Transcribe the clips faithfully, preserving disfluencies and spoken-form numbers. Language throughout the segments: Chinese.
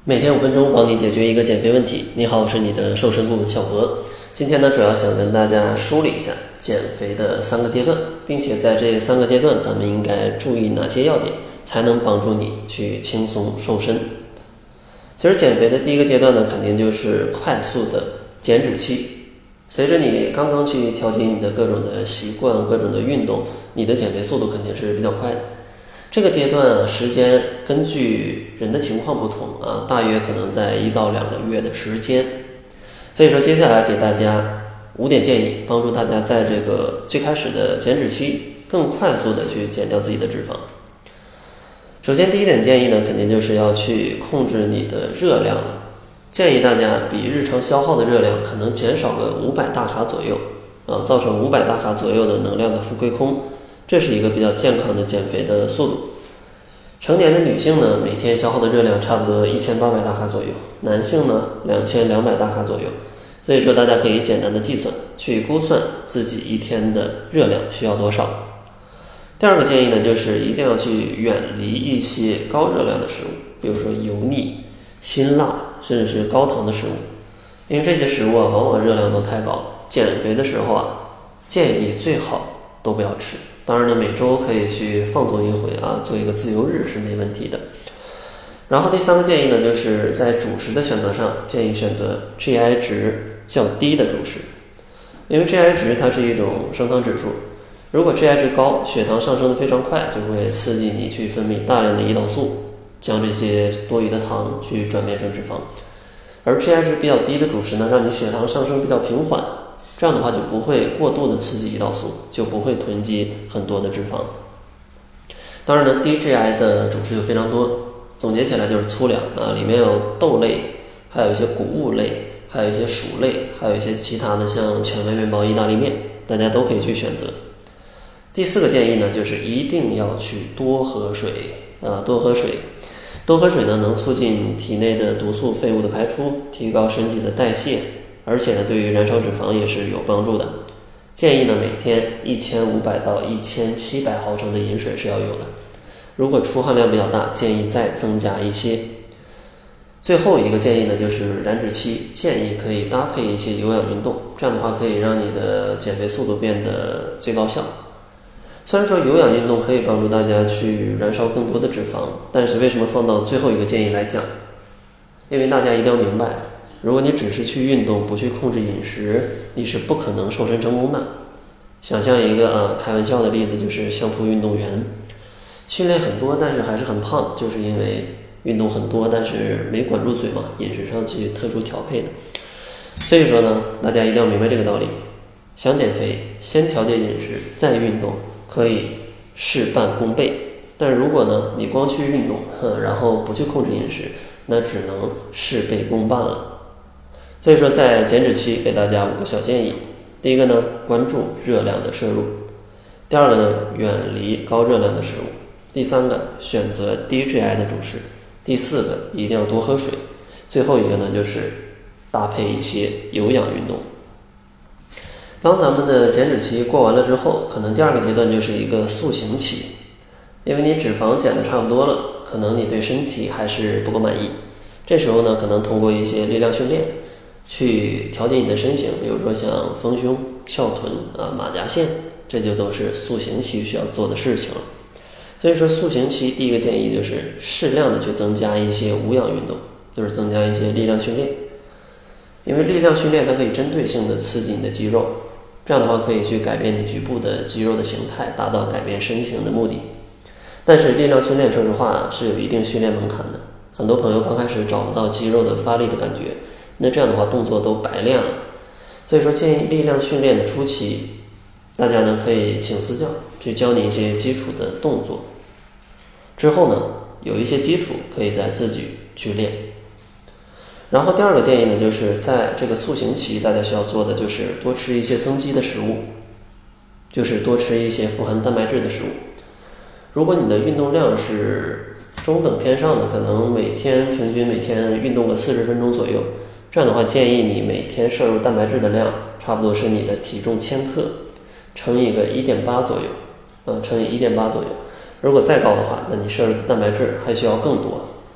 每天五分钟，帮你解决一个减肥问题。你好，我是你的瘦身顾问小何。今天呢，主要想跟大家梳理一下减肥的三个阶段，并且在这三个阶段，咱们应该注意哪些要点，才能帮助你去轻松瘦身。其实减肥的第一个阶段呢，肯定就是快速的减脂期。随着你刚刚去调节你的各种的习惯、各种的运动，你的减肥速度肯定是比较快的。这个阶段啊，时间根据人的情况不同啊，大约可能在一到两个月的时间。所以说，接下来给大家五点建议，帮助大家在这个最开始的减脂期更快速的去减掉自己的脂肪。首先，第一点建议呢，肯定就是要去控制你的热量了。建议大家比日常消耗的热量可能减少个五百大卡左右，啊，造成五百大卡左右的能量的负亏空。这是一个比较健康的减肥的速度。成年的女性呢，每天消耗的热量差不多一千八百大卡左右，男性呢两千两百大卡左右。所以说大家可以简单的计算，去估算自己一天的热量需要多少。第二个建议呢，就是一定要去远离一些高热量的食物，比如说油腻、辛辣，甚至是高糖的食物。因为这些食物啊，往往热量都太高，减肥的时候啊，建议最好都不要吃。当然呢，每周可以去放纵一回啊，做一个自由日是没问题的。然后第三个建议呢，就是在主食的选择上，建议选择 G I 值较低的主食。因为 G I 值它是一种升糖指数，如果 G I 值高，血糖上升的非常快，就会刺激你去分泌大量的胰岛素，将这些多余的糖去转变成脂肪。而 G I 值比较低的主食呢，让你血糖上升比较平缓，这样的话就不会过度的刺激胰岛素，就不会囤积很多的脂肪。当然呢，低 G I 的主食有非常多，总结起来就是粗粮啊，里面有豆类，还有一些谷物类，还有一些薯类，还有一些其他的像全麦面包、意大利面，大家都可以去选择。第四个建议呢，就是一定要去多喝水啊，多喝水。多喝水呢，能促进体内的毒素废物的排出，提高身体的代谢，而且呢，对于燃烧脂肪也是有帮助的。建议呢，每天一千五百到一千七百毫升的饮水是要有的。如果出汗量比较大，建议再增加一些。最后一个建议呢，就是燃脂期，建议可以搭配一些有氧运动，这样的话可以让你的减肥速度变得最高效。虽然说有氧运动可以帮助大家去燃烧更多的脂肪，但是为什么放到最后一个建议来讲？因为大家一定要明白，如果你只是去运动，不去控制饮食，你是不可能瘦身成功的。想象一个呃开玩笑的例子，就是相扑运动员，训练很多，但是还是很胖，就是因为运动很多，但是没管住嘴嘛，饮食上去特殊调配的。所以说呢，大家一定要明白这个道理。想减肥，先调节饮食，再运动，可以事半功倍。但如果呢，你光去运动，呵然后不去控制饮食，那只能事倍功半了。所以说，在减脂期给大家五个小建议。第一个呢，关注热量的摄入；第二个呢，远离高热量的食物；第三个，选择低 G I 的主食；第四个，一定要多喝水；最后一个呢，就是搭配一些有氧运动。当咱们的减脂期过完了之后，可能第二个阶段就是一个塑形期，因为你脂肪减得差不多了，可能你对身体还是不够满意。这时候呢，可能通过一些力量训练去调节你的身形，比如说像丰胸、翘臀啊、马甲线，这就都是塑形期需要做的事情了。所以说，塑形期第一个建议就是适量的去增加一些无氧运动，就是增加一些力量训练。因为力量训练它可以针对性的刺激你的肌肉，这样的话可以去改变你局部的肌肉的形态，达到改变身形的目的。但是力量训练说实话是有一定训练门槛的，很多朋友刚开始找不到肌肉的发力的感觉，那这样的话动作都白练了。所以说建议力量训练的初期，大家呢可以请私教去教你一些基础的动作，之后呢有一些基础可以再自己去练。然后第二个建议呢，就是在这个塑形期，大家需要做的就是多吃一些增肌的食物，就是多吃一些富含蛋白质的食物。如果你的运动量是中等偏上的，可能每天平均每天运动个四十分钟左右，这样的话建议你每天摄入蛋白质的量差不多是你的体重千克乘以个 一点八 左右，呃，乘以 一点八 左右。如果再高的话，那你摄入的蛋白质还需要更多。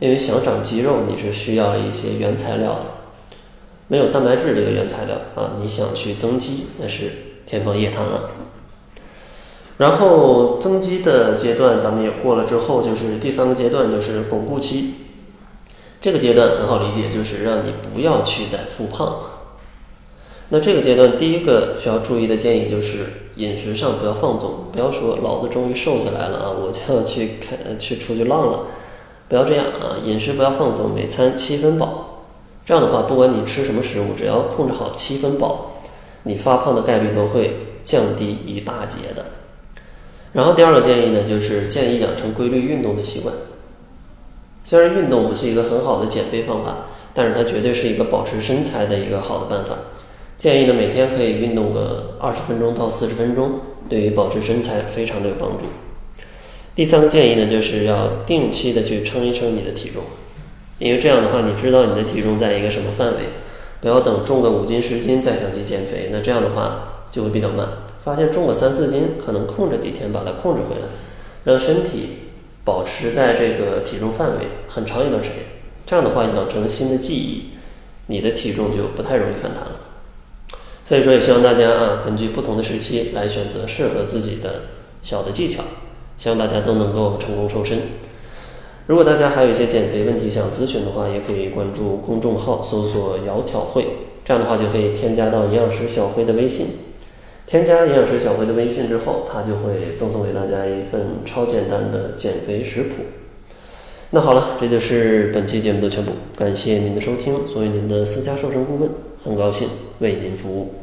因为想长肌肉，你是需要一些原材料的，没有蛋白质这个原材料啊，你想去增肌，那是天方夜谭了。然后增肌的阶段咱们也过了之后，就是第三个阶段，就是巩固期。这个阶段很好理解，就是让你不要去再复胖。那这个阶段第一个需要注意的建议就是饮食上不要放纵，不要说老子终于瘦下来了啊，我就要去看去出去浪了，不要这样啊，饮食不要放纵，每餐七分饱。这样的话，不管你吃什么食物，只要控制好七分饱，你发胖的概率都会降低一大截的。然后第二个建议呢，就是建议养成规律运动的习惯。虽然运动不是一个很好的减肥方法，但是它绝对是一个保持身材的一个好的办法。建议呢，每天可以运动个二十分钟到四十分钟，对于保持身材非常的有帮助。第三个建议呢，就是要定期的去称一称你的体重，因为这样的话，你知道你的体重在一个什么范围，不要等重个五斤十斤再想去减肥，那这样的话就会比较慢。发现重个三四斤，可能控制几天把它控制回来，让身体保持在这个体重范围很长一段时间。这样的话，养成新的记忆，你的体重就不太容易反弹了。所以说，也希望大家啊，根据不同的时期来选择适合自己的小的技巧，希望大家都能够成功瘦身。如果大家还有一些减肥问题想咨询的话，也可以关注公众号搜索窈窕会，这样的话就可以添加到营养师小辉的微信。添加营养师小辉的微信之后，他就会赠送给大家一份超简单的减肥食谱。那好了，这就是本期节目的全部，感谢您的收听。作为您的私家瘦身顾问，很高兴为您服务。